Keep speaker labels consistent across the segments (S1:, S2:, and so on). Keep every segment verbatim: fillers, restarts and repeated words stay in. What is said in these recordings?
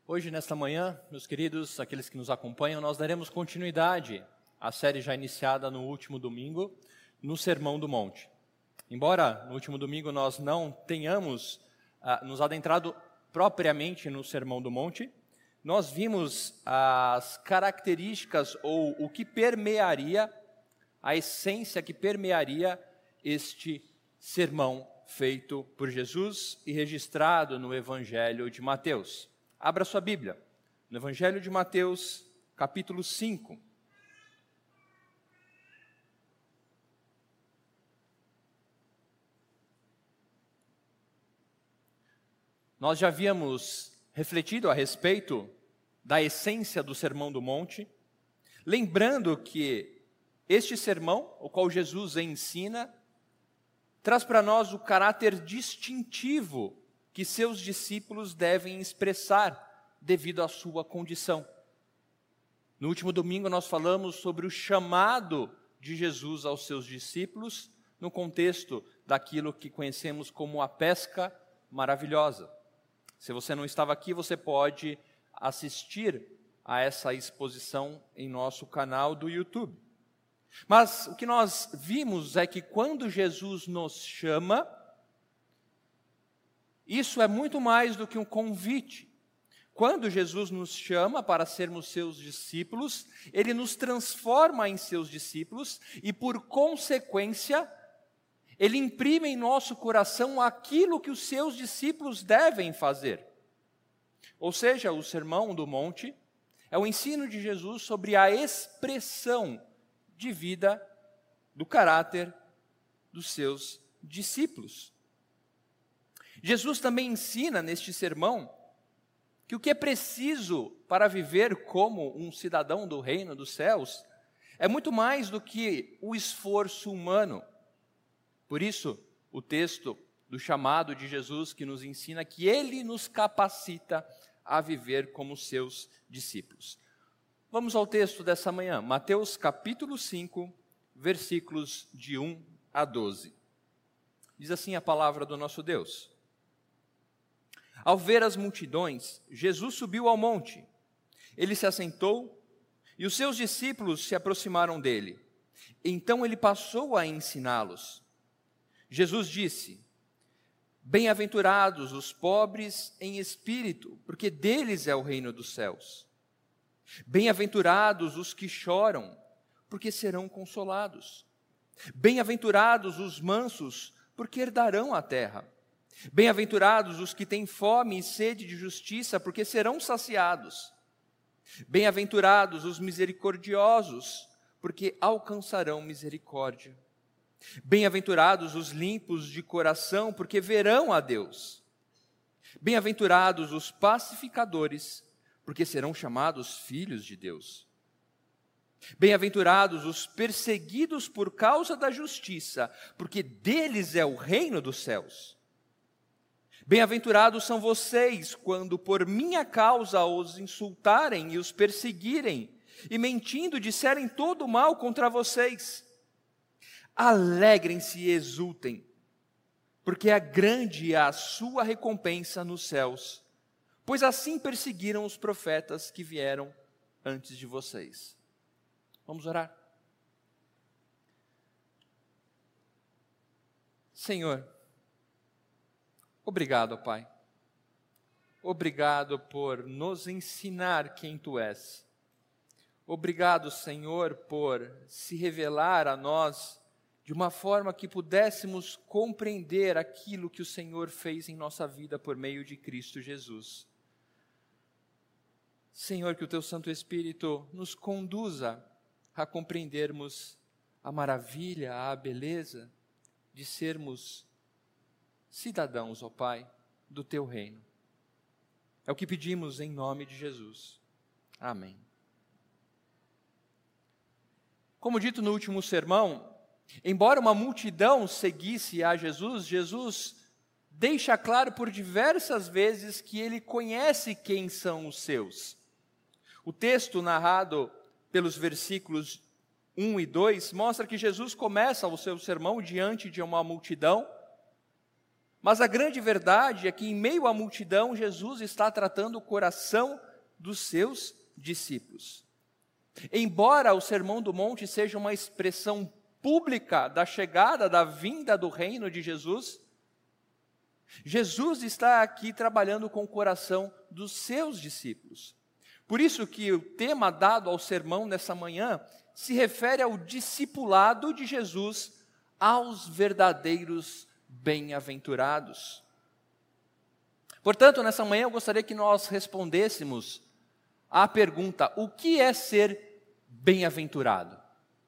S1: Hoje, nesta manhã, meus queridos, aqueles que nos acompanham, nós daremos continuidade à série já iniciada no último domingo, no Sermão do Monte. Embora no último domingo nós não tenhamos ah, nos adentrado propriamente no Sermão do Monte, nós vimos as características ou o que permearia, a essência que permearia este sermão feito por Jesus e registrado no Evangelho de Mateus. Abra sua Bíblia, no Evangelho de Mateus, capítulo cinco. Nós já havíamos refletido a respeito da essência do Sermão do Monte, lembrando que este sermão, o qual Jesus ensina, traz para nós o caráter distintivo que seus discípulos devem expressar devido à sua condição. No último domingo nós falamos sobre o chamado de Jesus aos seus discípulos no contexto daquilo que conhecemos como a pesca maravilhosa. Se você não estava aqui, você pode assistir a essa exposição em nosso canal do YouTube. Mas o que nós vimos é que quando Jesus nos chama, isso é muito mais do que um convite. Quando Jesus nos chama para sermos seus discípulos, Ele nos transforma em seus discípulos e, por consequência, Ele imprime em nosso coração aquilo que os seus discípulos devem fazer. Ou seja, o Sermão do Monte é o ensino de Jesus sobre a expressão de vida do caráter dos seus discípulos. Jesus também ensina neste sermão que o que é preciso para viver como um cidadão do reino dos céus é muito mais do que o esforço humano. Por isso, o texto do chamado de Jesus que nos ensina que Ele nos capacita a viver como seus discípulos. Vamos ao texto dessa manhã, Mateus capítulo cinco, versículos de um a doze. Diz assim a palavra do nosso Deus. Ao ver as multidões, Jesus subiu ao monte. Ele se assentou e os seus discípulos se aproximaram dele. Então ele passou a ensiná-los. Jesus disse: Bem-aventurados os pobres em espírito, porque deles é o reino dos céus. Bem-aventurados os que choram, porque serão consolados. Bem-aventurados os mansos, porque herdarão a terra. Bem-aventurados os que têm fome e sede de justiça, porque serão saciados. Bem-aventurados os misericordiosos, porque alcançarão misericórdia. Bem-aventurados os limpos de coração, porque verão a Deus. Bem-aventurados os pacificadores, porque serão chamados filhos de Deus. Bem-aventurados os perseguidos por causa da justiça, porque deles é o reino dos céus. Bem-aventurados são vocês, quando por minha causa os insultarem e os perseguirem, e mentindo disserem todo o mal contra vocês. Alegrem-se e exultem, porque é grande a sua recompensa nos céus, pois assim perseguiram os profetas que vieram antes de vocês. Vamos orar? Senhor, obrigado, Pai. Obrigado por nos ensinar quem Tu és. Obrigado, Senhor, por se revelar a nós de uma forma que pudéssemos compreender aquilo que o Senhor fez em nossa vida por meio de Cristo Jesus. Senhor, que o Teu Santo Espírito nos conduza a compreendermos a maravilha, a beleza de sermos cidadãos, ó Pai, do Teu reino. É o que pedimos em nome de Jesus. Amém. Como dito no último sermão, embora uma multidão seguisse a Jesus, Jesus deixa claro por diversas vezes que Ele conhece quem são os seus. O texto narrado pelos versículos um e dois mostra que Jesus começa o seu sermão diante de uma multidão, Mas a grande verdade é que, em meio à multidão, Jesus está tratando o coração dos seus discípulos. Embora o Sermão do Monte seja uma expressão pública da chegada, da vinda do reino de Jesus, Jesus está aqui trabalhando com o coração dos seus discípulos. Por isso que o tema dado ao sermão nessa manhã se refere ao discipulado de Jesus aos verdadeiros bem-aventurados. Portanto, nessa manhã eu gostaria que nós respondêssemos à pergunta: o que é ser bem-aventurado?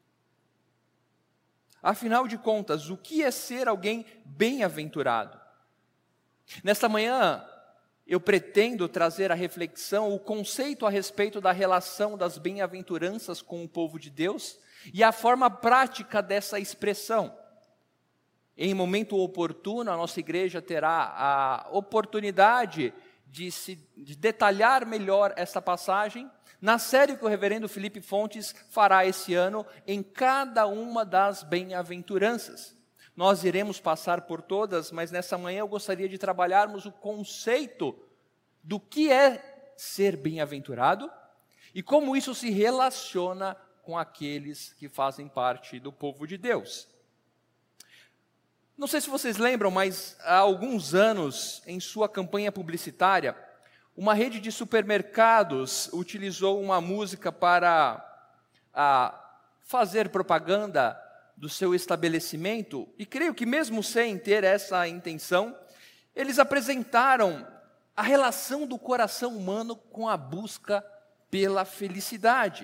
S1: Afinal de contas, o que é ser alguém bem-aventurado? Nesta manhã, eu pretendo trazer à reflexão o conceito a respeito da relação das bem-aventuranças com o povo de Deus e a forma prática dessa expressão. Em momento oportuno, a nossa igreja terá a oportunidade de, se, de detalhar melhor essa passagem na série que o reverendo Felipe Fontes fará esse ano em cada uma das bem-aventuranças. Nós iremos passar por todas, mas nessa manhã eu gostaria de trabalharmos o conceito do que é ser bem-aventurado e como isso se relaciona com aqueles que fazem parte do povo de Deus. Não sei se vocês lembram, mas há alguns anos, em sua campanha publicitária, uma rede de supermercados utilizou uma música para a, fazer propaganda do seu estabelecimento, e creio que mesmo sem ter essa intenção, eles apresentaram a relação do coração humano com a busca pela felicidade.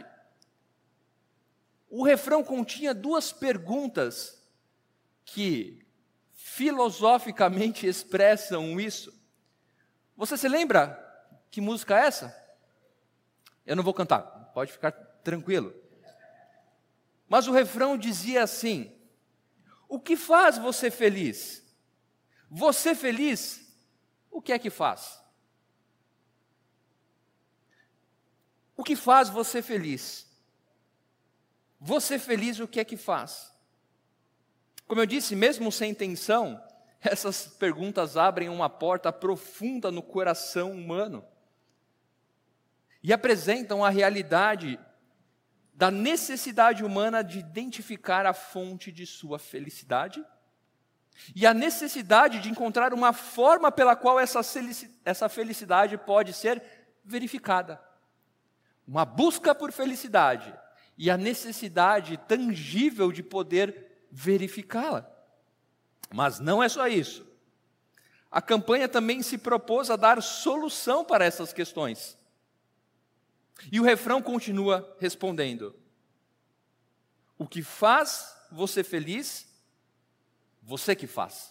S1: O refrão continha duas perguntas que filosoficamente expressam isso. Você se lembra que música é essa? Eu não vou cantar, pode ficar tranquilo. Mas o refrão dizia assim: o que faz você feliz? Você feliz, o que é que faz? O que faz você feliz? Você feliz, o que é que faz? Como eu disse, mesmo sem intenção, essas perguntas abrem uma porta profunda no coração humano e apresentam a realidade da necessidade humana de identificar a fonte de sua felicidade e a necessidade de encontrar uma forma pela qual essa essa felicidade pode ser verificada. Uma busca por felicidade e a necessidade tangível de poder verificá-la. Mas não é só isso. A campanha também se propôs a dar solução para essas questões. E o refrão continua respondendo: o que faz você feliz, você que faz.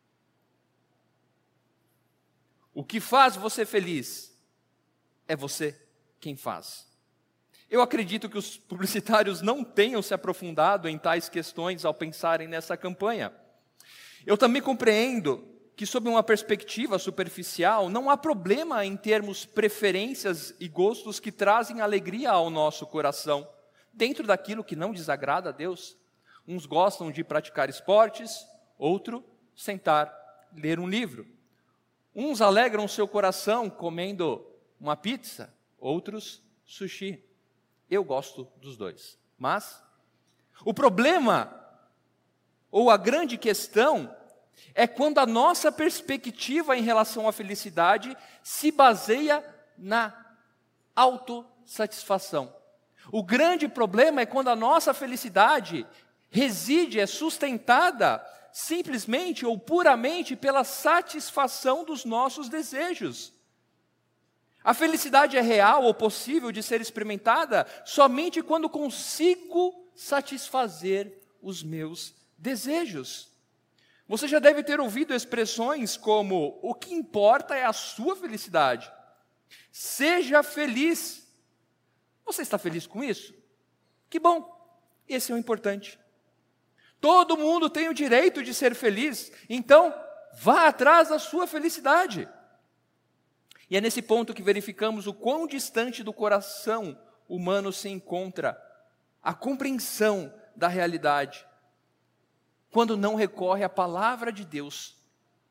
S1: O que faz você feliz, é você quem faz. Eu acredito que os publicitários não tenham se aprofundado em tais questões ao pensarem nessa campanha. Eu também compreendo que, sob uma perspectiva superficial, não há problema em termos preferências e gostos que trazem alegria ao nosso coração, dentro daquilo que não desagrada a Deus. Uns gostam de praticar esportes, outro sentar, ler um livro. Uns alegram seu coração comendo uma pizza, outros sushi. Eu gosto dos dois. Mas o problema, ou a grande questão, é quando a nossa perspectiva em relação à felicidade se baseia na autossatisfação. O grande problema é quando a nossa felicidade reside, é sustentada simplesmente ou puramente pela satisfação dos nossos desejos. A felicidade é real ou possível de ser experimentada somente quando consigo satisfazer os meus desejos. Você já deve ter ouvido expressões como: o que importa é a sua felicidade. Seja feliz. Você está feliz com isso? Que bom, esse é o importante. Todo mundo tem o direito de ser feliz, então vá atrás da sua felicidade. E é nesse ponto que verificamos o quão distante do coração humano se encontra a compreensão da realidade, quando não recorre à palavra de Deus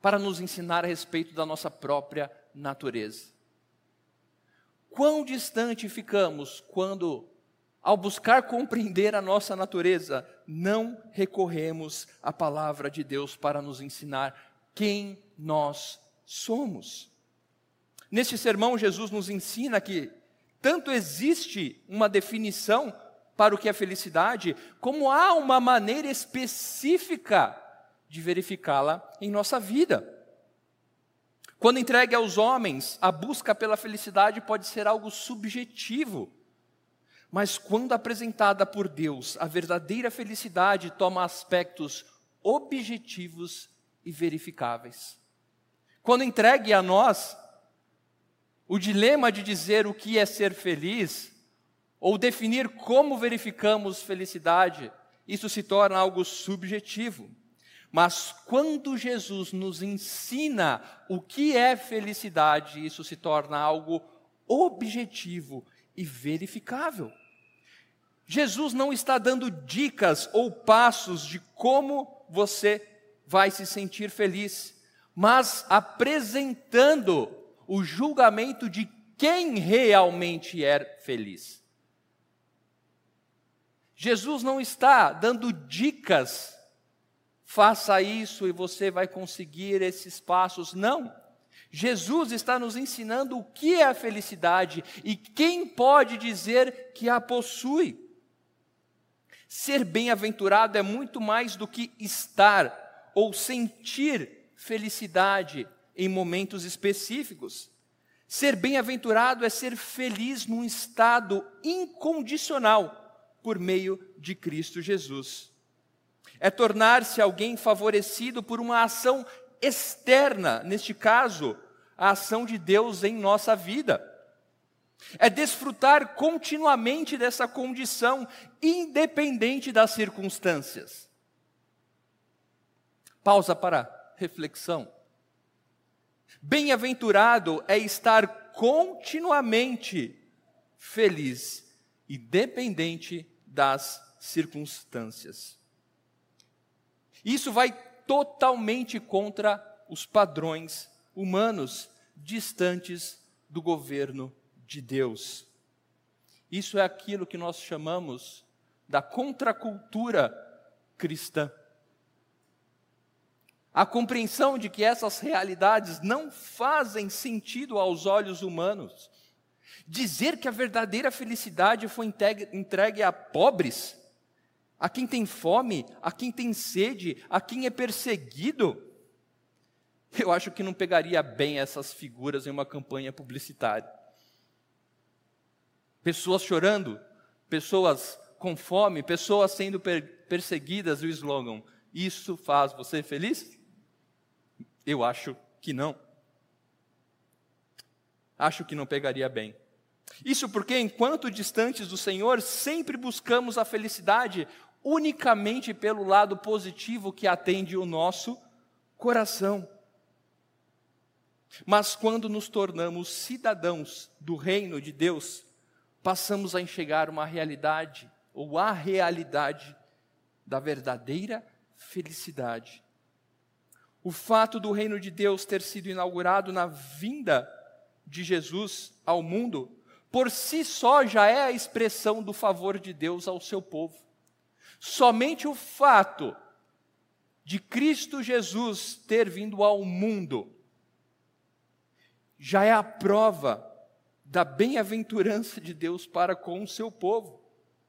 S1: para nos ensinar a respeito da nossa própria natureza. Quão distante ficamos quando, ao buscar compreender a nossa natureza, não recorremos à palavra de Deus para nos ensinar quem nós somos. Neste sermão, Jesus nos ensina que tanto existe uma definição para o que é felicidade, como há uma maneira específica de verificá-la em nossa vida. Quando entregue aos homens, a busca pela felicidade pode ser algo subjetivo, mas quando apresentada por Deus, a verdadeira felicidade toma aspectos objetivos e verificáveis. Quando entregue a nós o dilema de dizer o que é ser feliz, ou definir como verificamos felicidade, isso se torna algo subjetivo. Mas quando Jesus nos ensina o que é felicidade, isso se torna algo objetivo e verificável. Jesus não está dando dicas ou passos de como você vai se sentir feliz, mas apresentando o julgamento de quem realmente é feliz. Jesus não está dando dicas, faça isso e você vai conseguir esses passos. Não. Jesus está nos ensinando o que é a felicidade e quem pode dizer que a possui. Ser bem-aventurado é muito mais do que estar ou sentir felicidade em momentos específicos. Ser bem-aventurado é ser feliz num estado incondicional por meio de Cristo Jesus. É tornar-se alguém favorecido por uma ação externa, neste caso, a ação de Deus em nossa vida. É desfrutar continuamente dessa condição, independente das circunstâncias. Pausa para reflexão. Bem-aventurado é estar continuamente feliz, independente das circunstâncias. Isso vai totalmente contra os padrões humanos distantes do governo de Deus. Isso é aquilo que nós chamamos da contracultura cristã. A compreensão de que essas realidades não fazem sentido aos olhos humanos. Dizer que a verdadeira felicidade foi entregue a pobres, a quem tem fome, a quem tem sede, a quem é perseguido, eu acho que não pegaria bem essas figuras em uma campanha publicitária. Pessoas chorando, pessoas com fome, pessoas sendo per- perseguidas, e o slogan, isso faz você feliz? Eu acho que não. Acho que não pegaria bem. Isso porque, enquanto distantes do Senhor, sempre buscamos a felicidade unicamente pelo lado positivo que atende o nosso coração. Mas quando nos tornamos cidadãos do reino de Deus, passamos a enxergar uma realidade, ou a realidade da verdadeira felicidade. O fato do reino de Deus ter sido inaugurado na vinda de Jesus ao mundo, por si só já é a expressão do favor de Deus ao seu povo. Somente o fato de Cristo Jesus ter vindo ao mundo já é a prova da bem-aventurança de Deus para com o seu povo.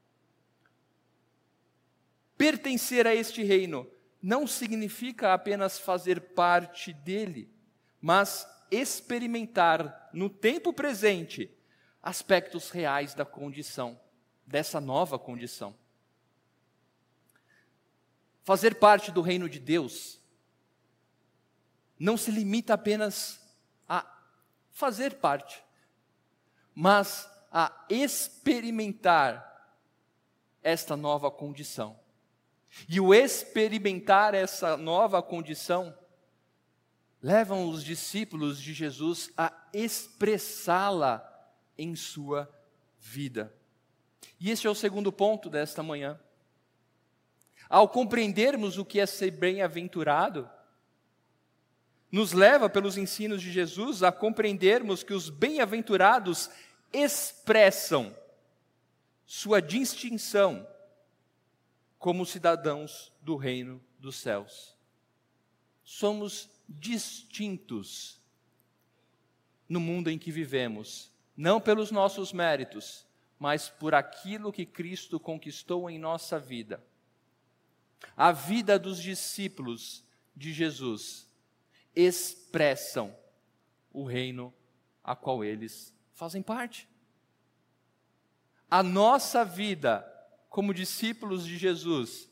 S1: Pertencer a este reino não significa apenas fazer parte dele, mas experimentar no tempo presente aspectos reais da condição, dessa nova condição. Fazer parte do reino de Deus não se limita apenas a fazer parte, mas a experimentar esta nova condição. E o experimentar essa nova condição levam os discípulos de Jesus a expressá-la em sua vida. E este é o segundo ponto desta manhã. Ao compreendermos o que é ser bem-aventurado, nos leva, pelos ensinos de Jesus, a compreendermos que os bem-aventurados expressam sua distinção como cidadãos do reino dos céus. Somos distintos no mundo em que vivemos, não pelos nossos méritos, mas por aquilo que Cristo conquistou em nossa vida. A vida dos discípulos de Jesus expressam o reino a qual eles fazem parte. A nossa vida como discípulos de Jesus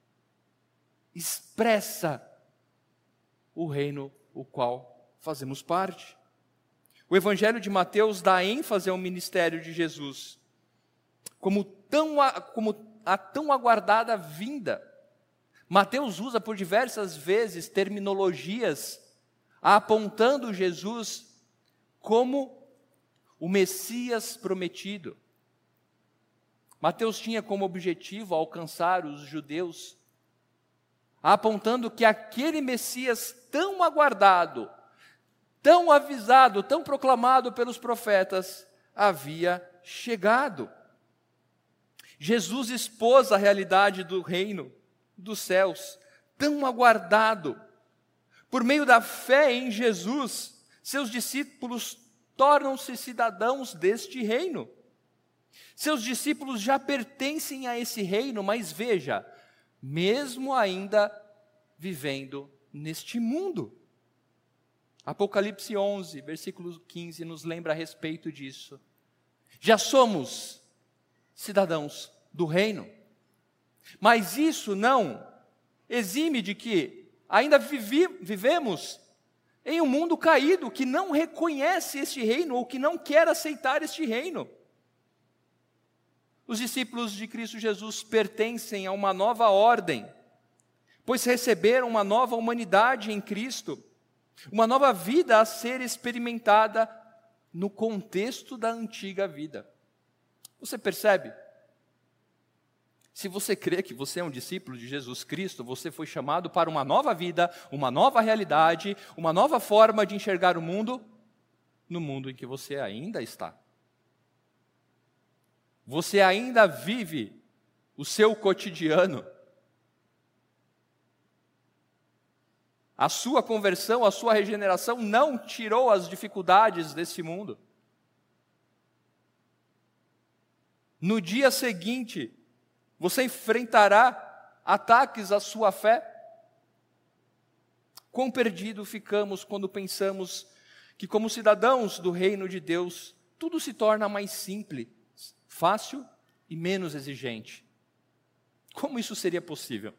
S1: expressa o reino o qual fazemos parte. O Evangelho de Mateus dá ênfase ao ministério de Jesus como tão, como a tão aguardada vinda. Mateus usa por diversas vezes terminologias apontando Jesus como o Messias prometido. Mateus tinha como objetivo alcançar os judeus, apontando que aquele Messias tão aguardado, tão avisado, tão proclamado pelos profetas, havia chegado. Jesus expôs a realidade do reino dos céus, tão aguardado. Por meio da fé em Jesus, seus discípulos tornam-se cidadãos deste reino. Seus discípulos já pertencem a esse reino, mas veja, mesmo ainda vivendo neste mundo. Apocalipse onze, versículo quinze, nos lembra a respeito disso. Já somos cidadãos do reino, mas isso não exime de que ainda vivi, vivemos em um mundo caído que não reconhece este reino ou que não quer aceitar este reino. Os discípulos de Cristo Jesus pertencem a uma nova ordem, pois receberam uma nova humanidade em Cristo, uma nova vida a ser experimentada no contexto da antiga vida. Você percebe? Se você crê que você é um discípulo de Jesus Cristo, você foi chamado para uma nova vida, uma nova realidade, uma nova forma de enxergar o mundo, no mundo em que você ainda está. Você ainda vive o seu cotidiano. A sua conversão, a sua regeneração não tirou as dificuldades desse mundo. No dia seguinte, você enfrentará ataques à sua fé. Quão perdido ficamos quando pensamos que, como cidadãos do reino de Deus, tudo se torna mais simples, fácil e menos exigente. Como isso seria possível?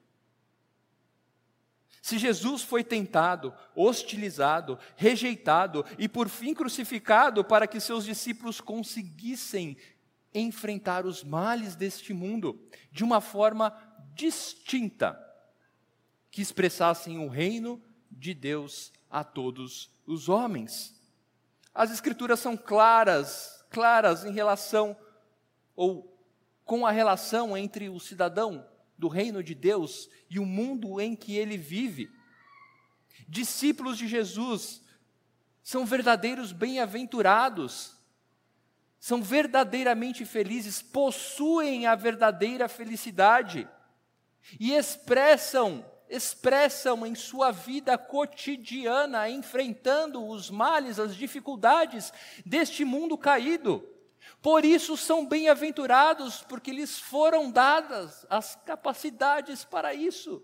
S1: Se Jesus foi tentado, hostilizado, rejeitado e por fim crucificado para que seus discípulos conseguissem enfrentar os males deste mundo de uma forma distinta, que expressassem o reino de Deus a todos os homens. As Escrituras são claras, claras em relação ou com a relação entre o cidadão do reino de Deus e o mundo em que ele vive. Discípulos de Jesus são verdadeiros bem-aventurados, são verdadeiramente felizes, possuem a verdadeira felicidade e expressam, expressam em sua vida cotidiana, enfrentando os males, as dificuldades deste mundo caído. Por isso são bem-aventurados, porque lhes foram dadas as capacidades para isso.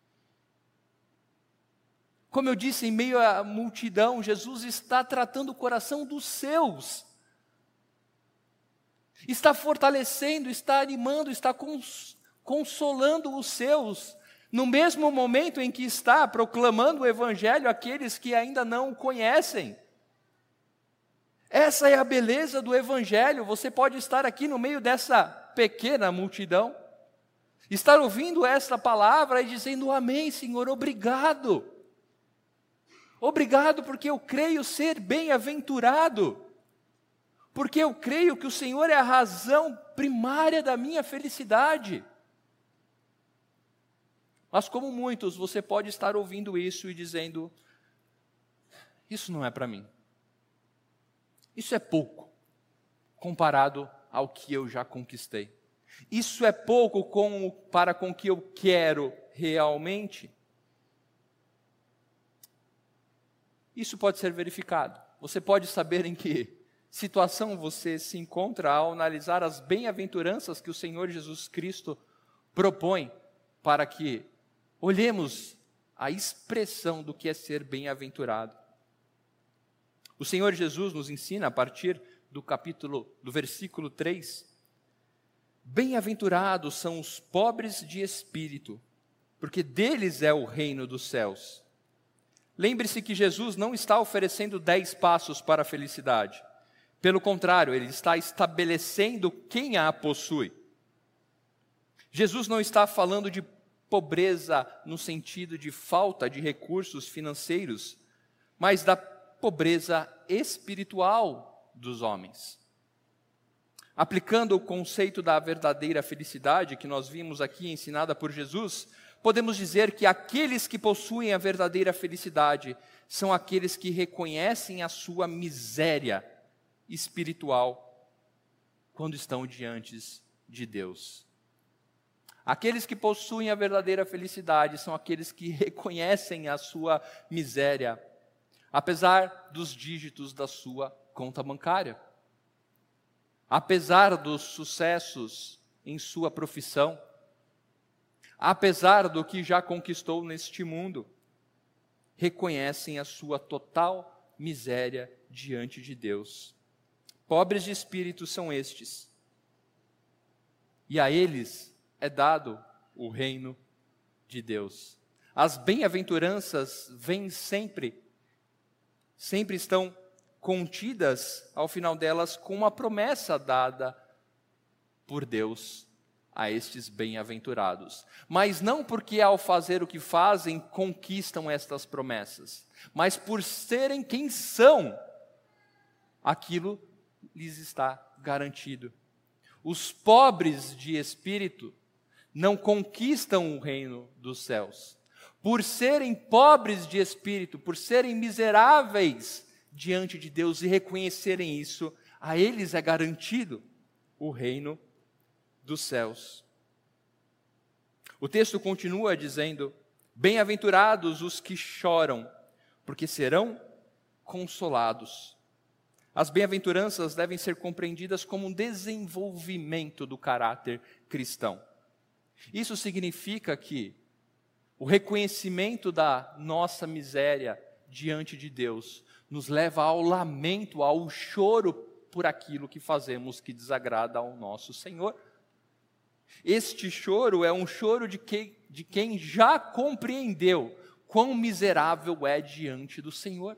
S1: Como eu disse, em meio à multidão, Jesus está tratando o coração dos seus. Está fortalecendo, está animando, está cons- consolando os seus, no mesmo momento em que está proclamando o Evangelho àqueles que ainda não o conhecem. Essa é a beleza do Evangelho. Você pode estar aqui no meio dessa pequena multidão, estar ouvindo esta palavra e dizendo: amém, Senhor, obrigado. Obrigado porque eu creio ser bem-aventurado, porque eu creio que o Senhor é a razão primária da minha felicidade. Mas como muitos, você pode estar ouvindo isso e dizendo: isso não é para mim. Isso é pouco comparado ao que eu já conquistei. Isso é pouco com, para com o que eu quero realmente. Isso pode ser verificado. Você pode saber em que situação você se encontra ao analisar as bem-aventuranças que o Senhor Jesus Cristo propõe para que olhemos a expressão do que é ser bem-aventurado. O Senhor Jesus nos ensina a partir do capítulo, do versículo três, bem-aventurados são os pobres de espírito, porque deles é o reino dos céus. Lembre-se que Jesus não está oferecendo dez passos para a felicidade. Pelo contrário, ele está estabelecendo quem a possui. Jesus não está falando de pobreza no sentido de falta de recursos financeiros, mas da pobreza espiritual dos homens. Aplicando o conceito da verdadeira felicidade que nós vimos aqui ensinada por Jesus, podemos dizer que aqueles que possuem a verdadeira felicidade são aqueles que reconhecem a sua miséria espiritual quando estão diante de Deus. Aqueles que possuem a verdadeira felicidade são aqueles que reconhecem a sua miséria, apesar dos dígitos da sua conta bancária, apesar dos sucessos em sua profissão, apesar do que já conquistou neste mundo, reconhecem a sua total miséria diante de Deus. Pobres de espírito são estes, e a eles é dado o reino de Deus. As bem-aventuranças vêm sempre, sempre estão contidas ao final delas com uma promessa dada por Deus a estes bem-aventurados. Mas não porque ao fazer o que fazem conquistam estas promessas, mas por serem quem são, aquilo lhes está garantido. Os pobres de espírito não conquistam o reino dos céus. Por serem pobres de espírito, por serem miseráveis diante de Deus e reconhecerem isso, a eles é garantido o reino dos céus. O texto continua dizendo: bem-aventurados os que choram, porque serão consolados. As bem-aventuranças devem ser compreendidas como um desenvolvimento do caráter cristão. Isso significa que o reconhecimento da nossa miséria diante de Deus nos leva ao lamento, ao choro por aquilo que fazemos que desagrada ao nosso Senhor. Este choro é um choro de quem, de quem já compreendeu quão miserável é diante do Senhor.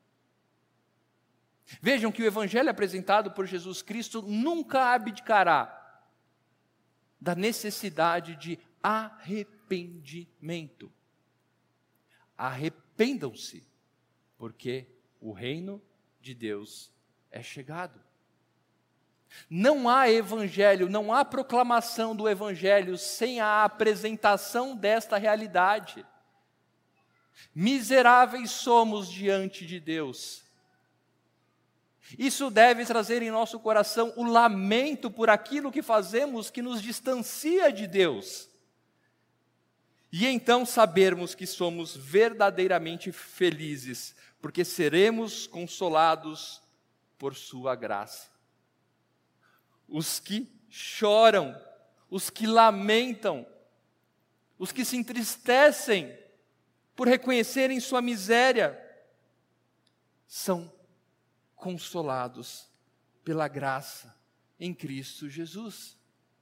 S1: Vejam que o evangelho apresentado por Jesus Cristo nunca abdicará da necessidade de arrependimento. Arrependam-se, porque o reino de Deus é chegado. Não há evangelho, não há proclamação do evangelho sem a apresentação desta realidade. Miseráveis somos diante de Deus. Isso deve trazer em nosso coração o lamento por aquilo que fazemos que nos distancia de Deus. E então sabermos que somos verdadeiramente felizes, porque seremos consolados por sua graça. Os que choram, os que lamentam, os que se entristecem por reconhecerem sua miséria, são consolados pela graça em Cristo Jesus.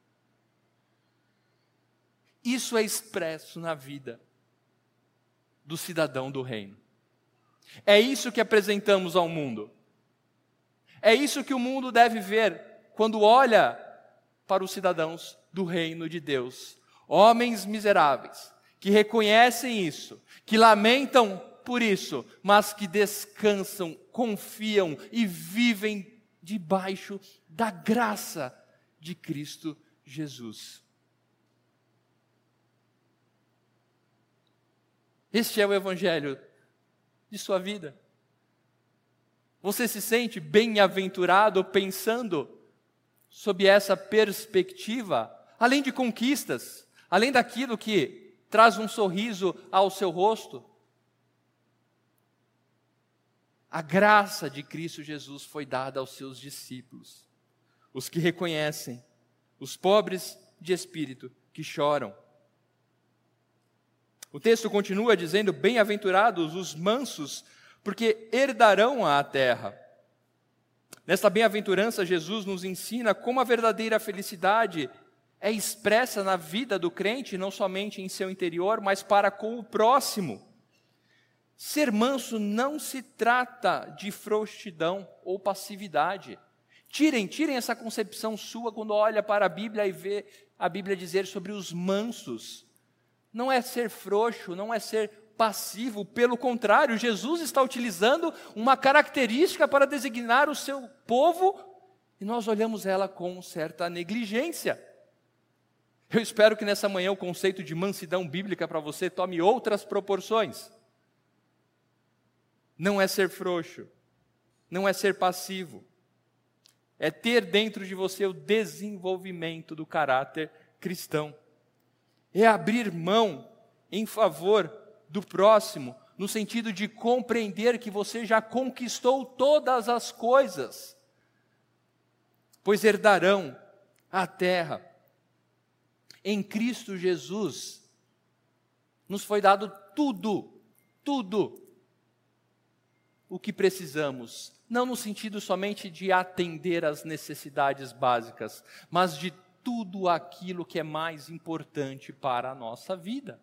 S1: Isso é expresso na vida do cidadão do reino. É isso que apresentamos ao mundo. É isso que o mundo deve ver quando olha para os cidadãos do reino de Deus. Homens miseráveis, que reconhecem isso, que lamentam por isso, mas que descansam, confiam e vivem debaixo da graça de Cristo Jesus. Este é o evangelho de sua vida. Você se sente bem-aventurado pensando sob essa perspectiva? Além de conquistas, além daquilo que traz um sorriso ao seu rosto, a graça de Cristo Jesus foi dada aos seus discípulos, os que reconhecem, os pobres de espírito que choram. O texto continua dizendo: bem-aventurados os mansos, porque herdarão a terra. Nesta bem-aventurança, Jesus nos ensina como a verdadeira felicidade é expressa na vida do crente, não somente em seu interior, mas para com o próximo. Ser manso não se trata de frouxidão ou passividade. Tirem, tirem essa concepção sua quando olha para a Bíblia e vê a Bíblia dizer sobre os mansos. Não é ser frouxo, não é ser passivo, pelo contrário, Jesus está utilizando uma característica para designar o seu povo e nós olhamos ela com certa negligência. Eu espero que nessa manhã o conceito de mansidão bíblica para você tome outras proporções. Não é ser frouxo, não é ser passivo, é ter dentro de você o desenvolvimento do caráter cristão. É abrir mão em favor do próximo, no sentido de compreender que você já conquistou todas as coisas, pois herdarão a terra. Em Cristo Jesus, nos foi dado tudo, tudo o que precisamos, não no sentido somente de atender às necessidades básicas, mas de tudo aquilo que é mais importante para a nossa vida.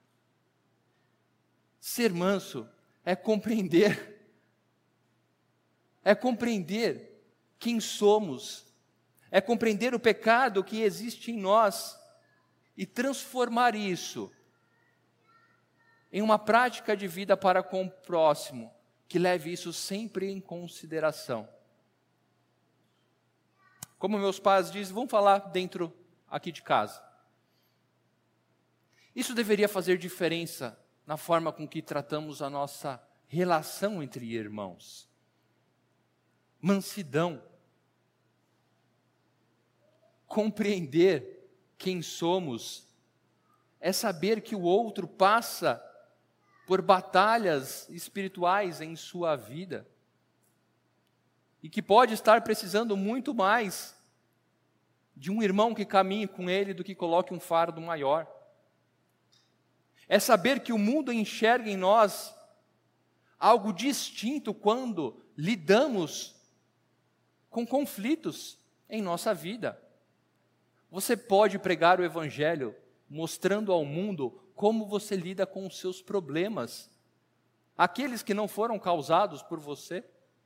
S1: Ser manso é compreender, é compreender quem somos, é compreender o pecado que existe em nós e transformar isso em uma prática de vida para com o próximo, que leve isso sempre em consideração. Como meus pais dizem, vamos falar dentro aqui de casa. Isso deveria fazer diferença na forma com que tratamos a nossa relação entre irmãos. Mansidão. Compreender quem somos é saber que o outro passa por batalhas espirituais em sua vida e que pode estar precisando muito mais de um irmão que caminhe com ele do que coloque um fardo maior. É saber que o mundo enxerga em nós algo distinto quando lidamos com conflitos em nossa vida. Você pode pregar o Evangelho mostrando ao mundo como você lida com os seus problemas, aqueles que não foram causados por você.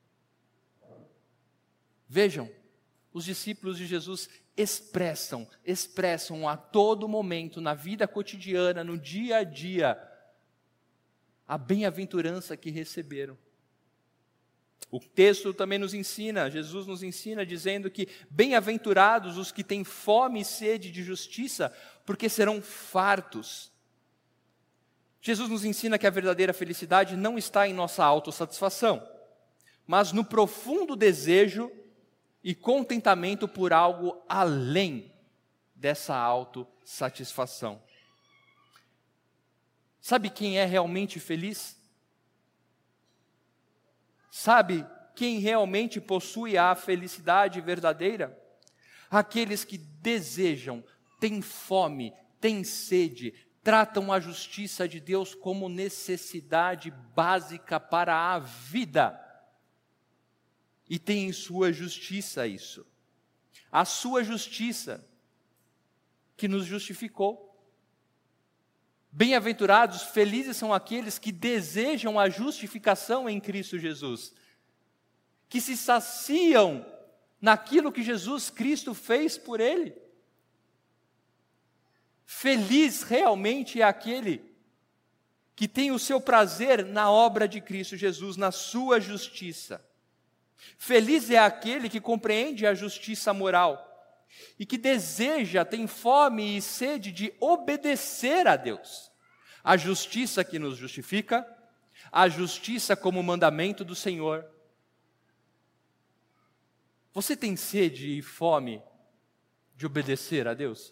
S1: Vejam, os discípulos de Jesus expressam, expressam a todo momento, na vida cotidiana, no dia a dia, a bem-aventurança que receberam. O texto também nos ensina, Jesus nos ensina dizendo que bem-aventurados os que têm fome e sede de justiça, porque serão fartos. Jesus nos ensina que a verdadeira felicidade não está em nossa autossatisfação, mas no profundo desejo e contentamento por algo além dessa autossatisfação. Sabe quem é realmente feliz? Sabe quem realmente possui a felicidade verdadeira? Aqueles que desejam, têm fome, têm sede, tratam a justiça de Deus como necessidade básica para a vida. E tem em sua justiça isso. A sua justiça que nos justificou. Bem-aventurados, felizes são aqueles que desejam a justificação em Cristo Jesus, que se saciam naquilo que Jesus Cristo fez por ele. Feliz realmente é aquele que tem o seu prazer na obra de Cristo Jesus, na sua justiça. Feliz é aquele que compreende a justiça moral e que deseja, tem fome e sede de obedecer a Deus. A justiça que nos justifica, a justiça como mandamento do Senhor, Você tem sede e fome de obedecer a Deus?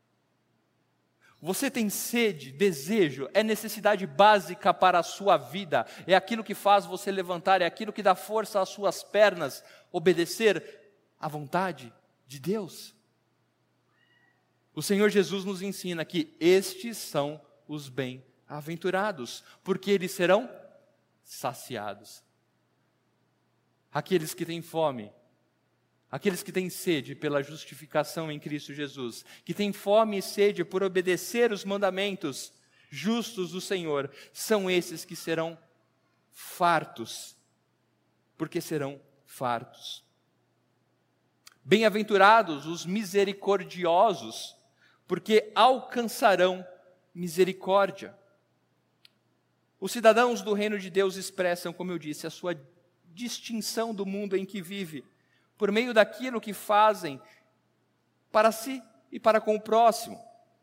S1: Você tem sede, desejo, é necessidade básica para a sua vida, é aquilo que faz você levantar, é aquilo que dá força às suas pernas, obedecer à vontade de Deus. O Senhor Jesus nos ensina que estes são os bem-aventurados, porque eles serão saciados. Aqueles que têm fome, aqueles que têm sede pela justificação em Cristo Jesus, que têm fome e sede por obedecer os mandamentos justos do Senhor, são esses que serão fartos, porque serão fartos. Bem-aventurados os misericordiosos, porque alcançarão misericórdia. Os cidadãos do reino de Deus expressam, como eu disse, a sua distinção do mundo em que vive, por meio daquilo que fazem para si e para com o próximo.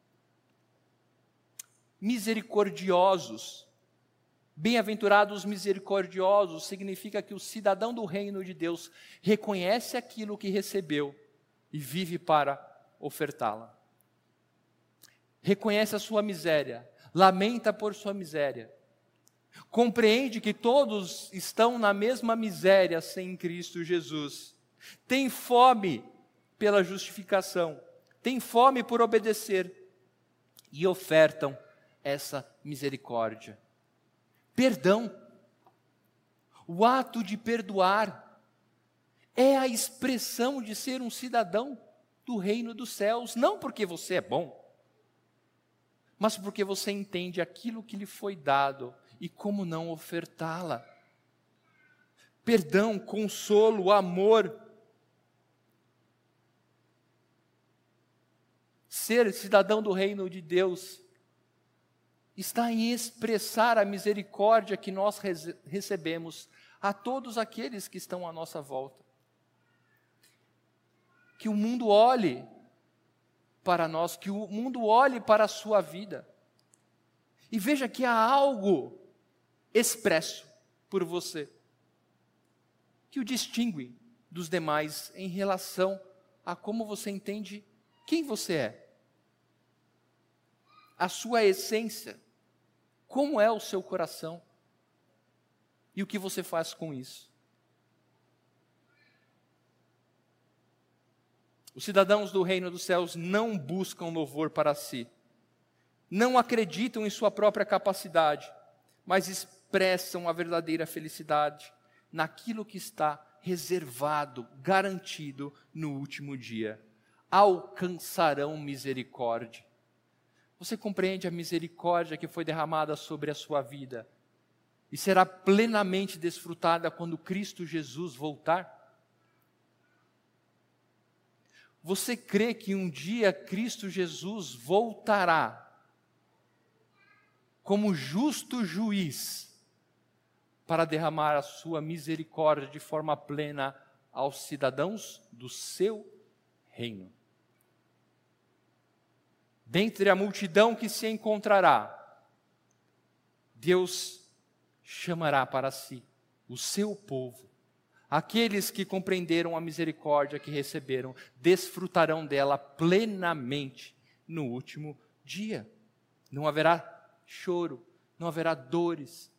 S1: Misericordiosos, bem-aventurados misericordiosos, significa que o cidadão do reino de Deus reconhece aquilo que recebeu e vive para ofertá-la. Reconhece a sua miséria, lamenta por sua miséria, compreende que todos estão na mesma miséria sem Cristo Jesus, tem fome pela justificação, tem fome por obedecer e ofertam essa misericórdia. Perdão, o ato de perdoar, é a expressão de ser um cidadão do reino dos céus, não porque você é bom, mas porque você entende aquilo que lhe foi dado e como não ofertá-la. Perdão, consolo, amor. Ser cidadão do reino de Deus está em expressar a misericórdia que nós recebemos a todos aqueles que estão à nossa volta. Que o mundo olhe para nós, que o mundo olhe para a sua vida e veja que há algo expresso por você que o distingue dos demais em relação a como você entende quem você é, a sua essência, como é o seu coração e o que você faz com isso. Os cidadãos do reino dos céus não buscam louvor para si, não acreditam em sua própria capacidade, mas expressam a verdadeira felicidade naquilo que está reservado, garantido no último dia. Alcançarão misericórdia. Você compreende a misericórdia que foi derramada sobre a sua vida e será plenamente desfrutada quando Cristo Jesus voltar? Você crê que um dia Cristo Jesus voltará como justo juiz para derramar a sua misericórdia de forma plena aos cidadãos do seu reino? Dentre a multidão que se encontrará, Deus chamará para si o seu povo. Aqueles que compreenderam a misericórdia que receberam, desfrutarão dela plenamente no último dia. Não haverá choro, não haverá dores.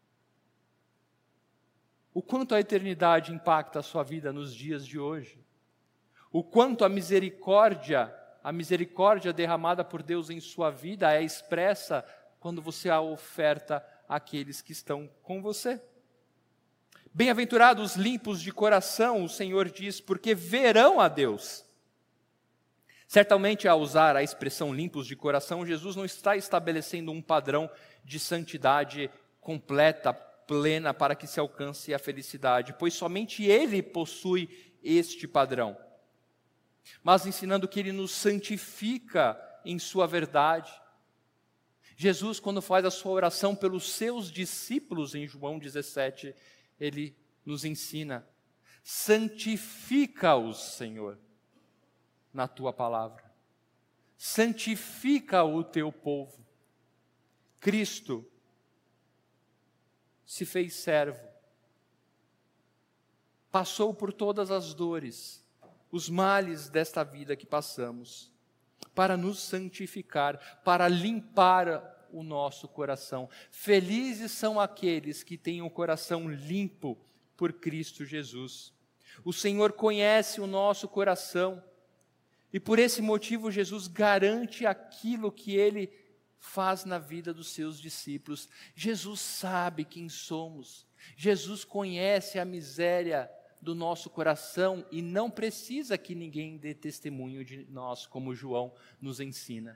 S1: O quanto a eternidade impacta a sua vida nos dias de hoje. O quanto a misericórdia, a misericórdia derramada por Deus em sua vida é expressa quando você a oferta àqueles que estão com você. Bem-aventurados limpos de coração, o Senhor diz, porque verão a Deus. Certamente, ao usar a expressão limpos de coração, Jesus não está estabelecendo um padrão de santidade completa, plena, para que se alcance a felicidade, pois somente Ele possui este padrão. Mas ensinando que Ele nos santifica em sua verdade. Jesus, quando faz a sua oração pelos seus discípulos em João dezessete, Ele nos ensina: santifica-os, Senhor, na tua palavra. Santifica o teu povo. Cristo se fez servo passou por todas as dores, os males desta vida que passamos, para nos santificar, para limpar o nosso coração. Felizes são aqueles que têm o coração limpo por Cristo Jesus. O Senhor conhece o nosso coração e por esse motivo Jesus garante aquilo que Ele faz na vida dos seus discípulos. Jesus sabe quem somos. Jesus conhece a miséria do nosso coração e não precisa que ninguém dê testemunho de nós, como João nos ensina.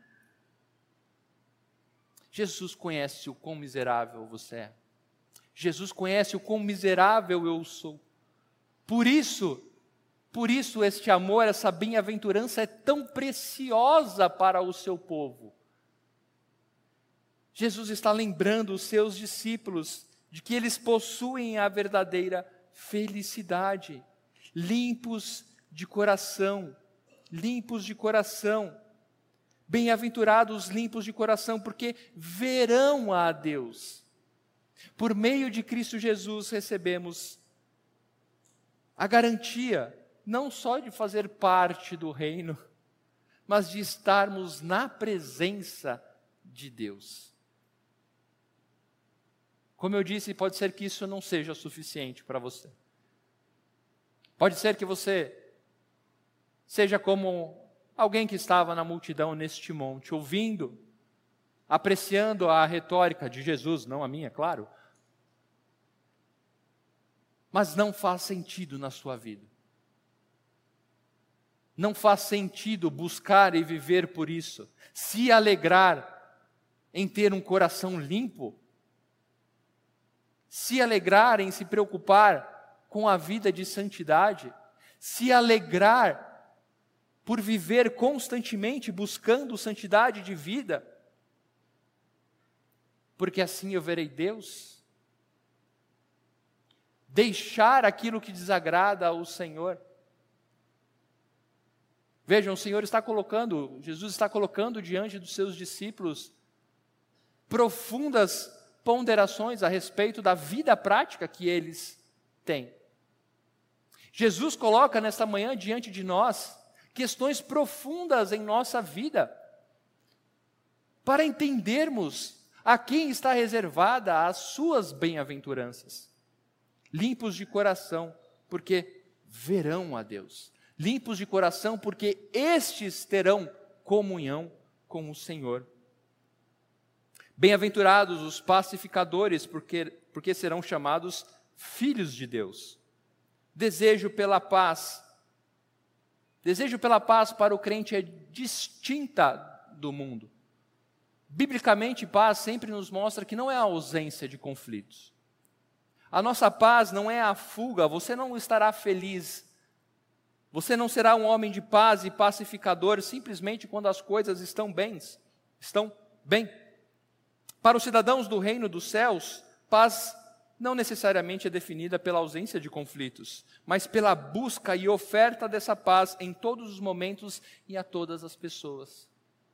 S1: Jesus conhece o quão miserável você é. Jesus conhece o quão miserável eu sou. Por isso, por isso este amor, essa bem-aventurança é tão preciosa para o seu povo. Jesus está lembrando os seus discípulos de que eles possuem a verdadeira felicidade, limpos de coração, limpos de coração, bem-aventurados limpos de coração, porque verão a Deus. Por meio de Cristo Jesus recebemos a garantia, não só de fazer parte do reino, mas de estarmos na presença de Deus. Como eu disse, pode ser que isso não seja suficiente para você. Pode ser que você seja como alguém que estava na multidão neste monte, ouvindo, apreciando a retórica de Jesus, não a minha, claro, mas não faz sentido na sua vida. Não faz sentido buscar e viver por isso, se alegrar em ter um coração limpo, se alegrar em se preocupar com a vida de santidade, se alegrar por viver constantemente buscando santidade de vida, porque assim eu verei Deus. Deixar aquilo que desagrada ao Senhor. Vejam, o Senhor está colocando, Jesus está colocando diante dos seus discípulos profundas ponderações a respeito da vida prática que eles têm. Jesus coloca nesta manhã diante de nós questões profundas em nossa vida, para entendermos a quem está reservada as suas bem-aventuranças. Limpos de coração, porque verão a Deus. Limpos de coração, porque estes terão comunhão com o Senhor. Bem-aventurados os pacificadores, porque, porque serão chamados filhos de Deus. Desejo pela paz. Desejo pela paz para o crente é distinta do mundo. Biblicamente, paz sempre nos mostra que não é a ausência de conflitos. A nossa paz não é a fuga, você não estará feliz. Você não será um homem de paz e pacificador simplesmente quando as coisas estão bem. Estão bem. Para os cidadãos do reino dos céus, paz não necessariamente é definida pela ausência de conflitos, mas pela busca e oferta dessa paz em todos os momentos e a todas as pessoas.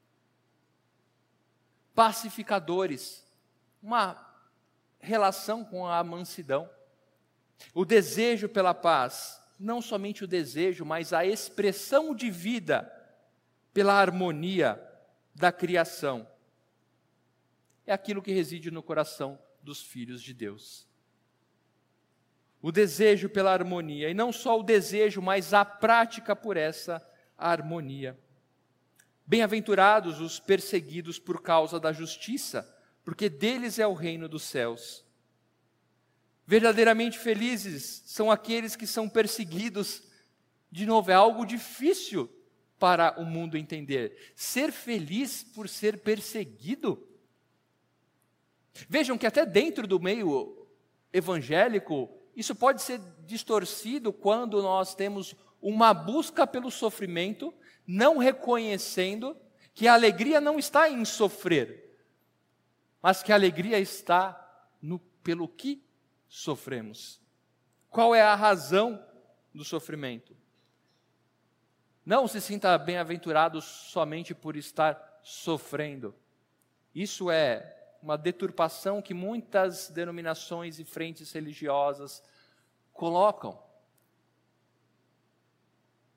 S1: Pacificadores, uma relação com a mansidão. O desejo pela paz, não somente o desejo, mas a expressão de vida pela harmonia da criação. É aquilo que reside no coração dos filhos de Deus. O desejo pela harmonia, e não só o desejo, mas a prática por essa harmonia. Bem-aventurados os perseguidos por causa da justiça, porque deles é o reino dos céus. Verdadeiramente felizes são aqueles que são perseguidos. De novo, é algo difícil para o mundo entender. Ser feliz por ser perseguido. Vejam que até dentro do meio evangélico, isso pode ser distorcido quando nós temos uma busca pelo sofrimento, não reconhecendo que a alegria não está em sofrer, mas que a alegria está no, pelo que sofremos. Qual é a razão do sofrimento? Não se sinta bem-aventurado somente por estar sofrendo. Isso é uma deturpação que muitas denominações e frentes religiosas colocam.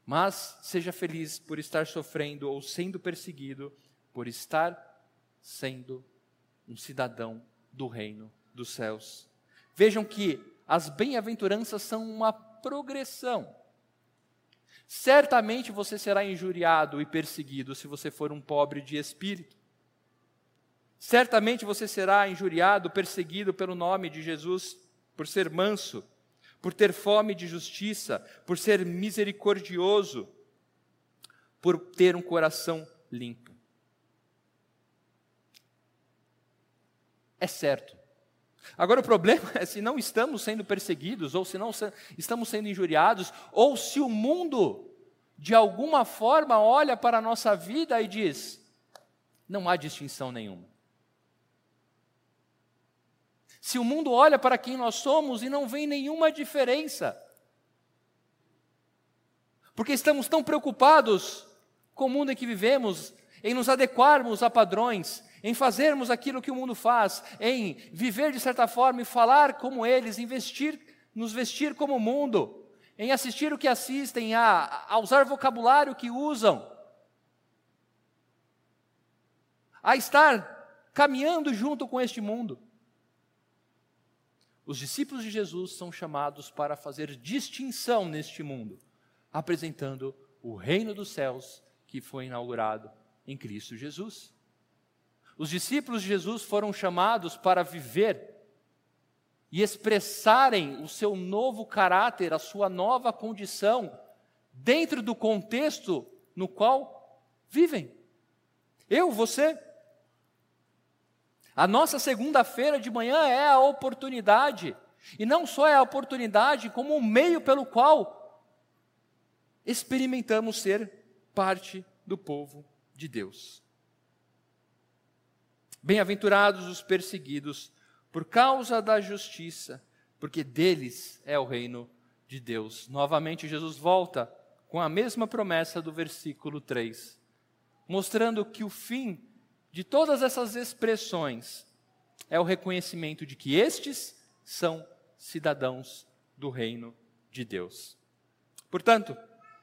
S1: Mas seja feliz por estar sofrendo ou sendo perseguido, por estar sendo um cidadão do reino dos céus. Vejam que as bem-aventuranças são uma progressão. Certamente você será injuriado e perseguido se você for um pobre de espírito. Certamente você será injuriado, perseguido pelo nome de Jesus, por ser manso, por ter fome de justiça, por ser misericordioso, por ter um coração limpo. É certo. Agora o problema é se não estamos sendo perseguidos, ou se não se, estamos sendo injuriados, ou se o mundo, de alguma forma, olha para a nossa vida e diz, não há distinção nenhuma. Se o mundo olha para quem nós somos e não vê nenhuma diferença, porque estamos tão preocupados com o mundo em que vivemos, em nos adequarmos a padrões, em fazermos aquilo que o mundo faz, em viver de certa forma e falar como eles, em vestir, nos vestir como o mundo, em assistir o que assistem, a, a usar vocabulário que usam, a estar caminhando junto com este mundo. Os discípulos de Jesus são chamados para fazer distinção neste mundo, apresentando o reino dos céus que foi inaugurado em Cristo Jesus. Os discípulos de Jesus foram chamados para viver e expressarem o seu novo caráter, a sua nova condição, dentro do contexto no qual vivem. Eu, você. A nossa segunda-feira de manhã é a oportunidade, e não só é a oportunidade, como um meio pelo qual experimentamos ser parte do povo de Deus. Bem-aventurados os perseguidos por causa da justiça, porque deles é o reino de Deus. Novamente Jesus volta com a mesma promessa do versículo três, mostrando que o fim de todas essas expressões é o reconhecimento de que estes são cidadãos do reino de Deus. Portanto,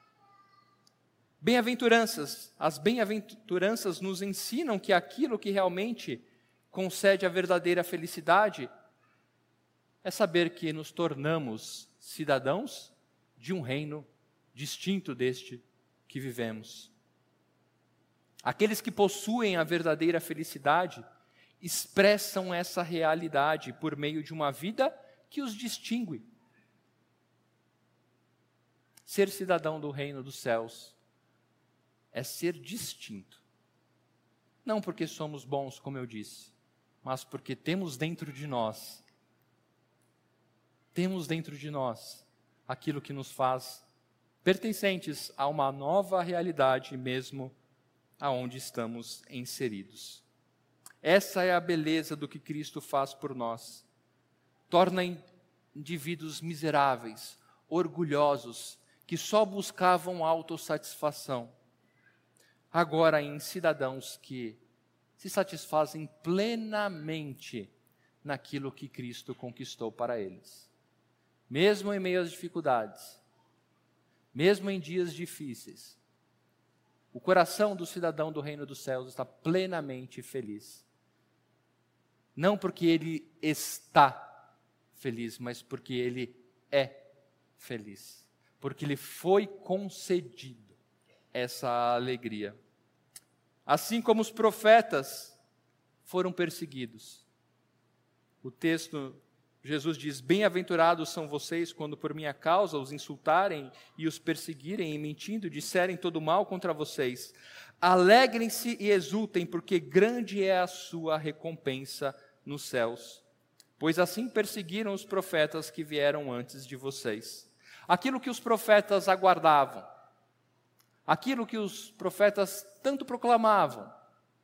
S1: bem-aventuranças, as bem-aventuranças nos ensinam que aquilo que realmente concede a verdadeira felicidade é saber que nos tornamos cidadãos de um reino distinto deste que vivemos. Aqueles que possuem a verdadeira felicidade expressam essa realidade por meio de uma vida que os distingue. Ser cidadão do reino dos céus é ser distinto. Não porque somos bons, como eu disse, mas porque temos dentro de nós, temos dentro de nós aquilo que nos faz pertencentes a uma nova realidade mesmo aonde estamos inseridos. Essa é a beleza do que Cristo faz por nós. Torna indivíduos miseráveis, orgulhosos, que só buscavam autossatisfação, agora em cidadãos que se satisfazem plenamente naquilo que Cristo conquistou para eles. Mesmo em meio às dificuldades, mesmo em dias difíceis, o coração do cidadão do reino dos céus está plenamente feliz. Não porque ele está feliz, mas porque ele é feliz. Porque lhe foi concedido essa alegria. Assim como os profetas foram perseguidos. O texto, Jesus diz, bem-aventurados são vocês quando por minha causa os insultarem e os perseguirem e mentindo disserem todo mal contra vocês. Alegrem-se e exultem, porque grande é a sua recompensa nos céus. Pois assim perseguiram os profetas que vieram antes de vocês. Aquilo que os profetas aguardavam, aquilo que os profetas tanto proclamavam,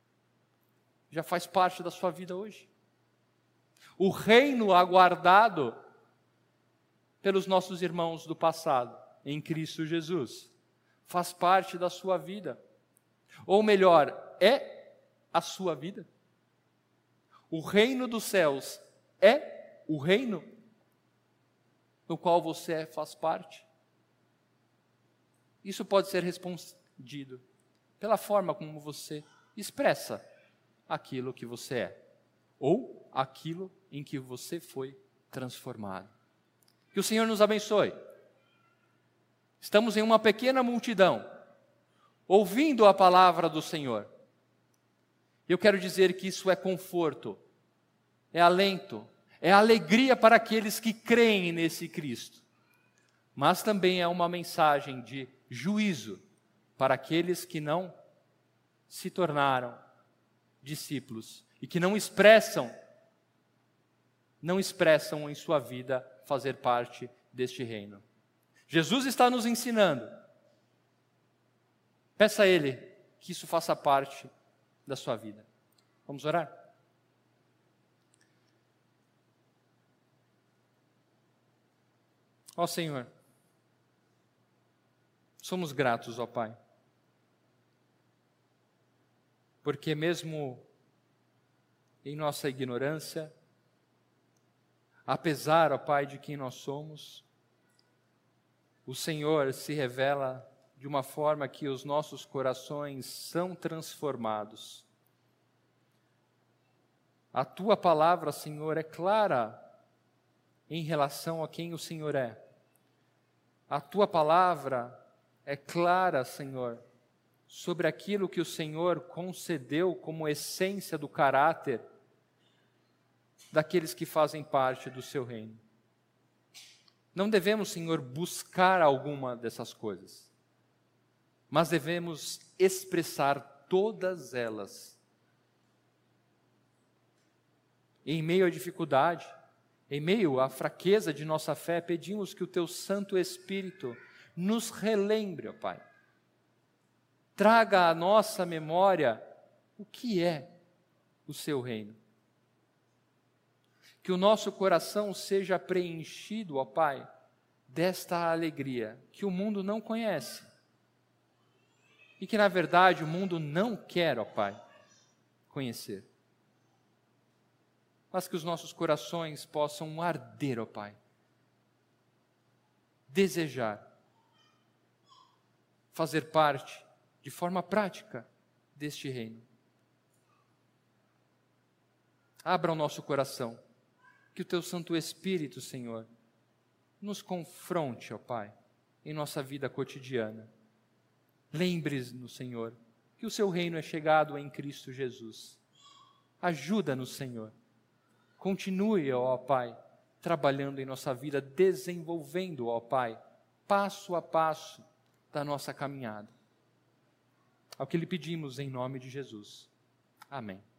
S1: já faz parte da sua vida hoje. O reino aguardado pelos nossos irmãos do passado, em Cristo Jesus, faz parte da sua vida. Ou melhor, é a sua vida. O reino dos céus é o reino no qual você faz parte. Isso pode ser respondido pela forma como você expressa aquilo que você é, ou aquilo em que você foi transformado. Que o Senhor nos abençoe. Estamos em uma pequena multidão, ouvindo a palavra do Senhor. Eu quero dizer que isso é conforto, é alento, é alegria para aqueles que creem nesse Cristo. Mas também é uma mensagem de juízo para aqueles que não se tornaram discípulos e que não expressam, não expressam em sua vida fazer parte deste reino. Jesus está nos ensinando. Peça a Ele que isso faça parte da sua vida. Vamos orar? Ó Senhor, somos gratos, ó Pai, porque mesmo em nossa ignorância, apesar, ó Pai, de quem nós somos, o Senhor se revela de uma forma que os nossos corações são transformados. A Tua palavra, Senhor, é clara em relação a quem o Senhor é. A Tua palavra é clara, Senhor, sobre aquilo que o Senhor concedeu como essência do caráter daqueles que fazem parte do Seu reino. Não devemos, Senhor, buscar alguma dessas coisas, mas devemos expressar todas elas. Em meio à dificuldade, em meio à fraqueza de nossa fé, pedimos que o Teu Santo Espírito nos relembre, ó Pai. Traga à nossa memória o que é o Seu reino. Que o nosso coração seja preenchido, ó Pai, desta alegria que o mundo não conhece. E que, na verdade, o mundo não quer, ó Pai, conhecer. Mas que os nossos corações possam arder, ó Pai. Desejar fazer parte, de forma prática, deste reino. Abra o nosso coração. Que o Teu Santo Espírito, Senhor, nos confronte, ó Pai, em nossa vida cotidiana. Lembre-nos, Senhor, que o Seu reino é chegado em Cristo Jesus. Ajuda-nos, Senhor. Continue, ó Pai, trabalhando em nossa vida, desenvolvendo, ó Pai, passo a passo da nossa caminhada. Ao que lhe pedimos em nome de Jesus. Amém.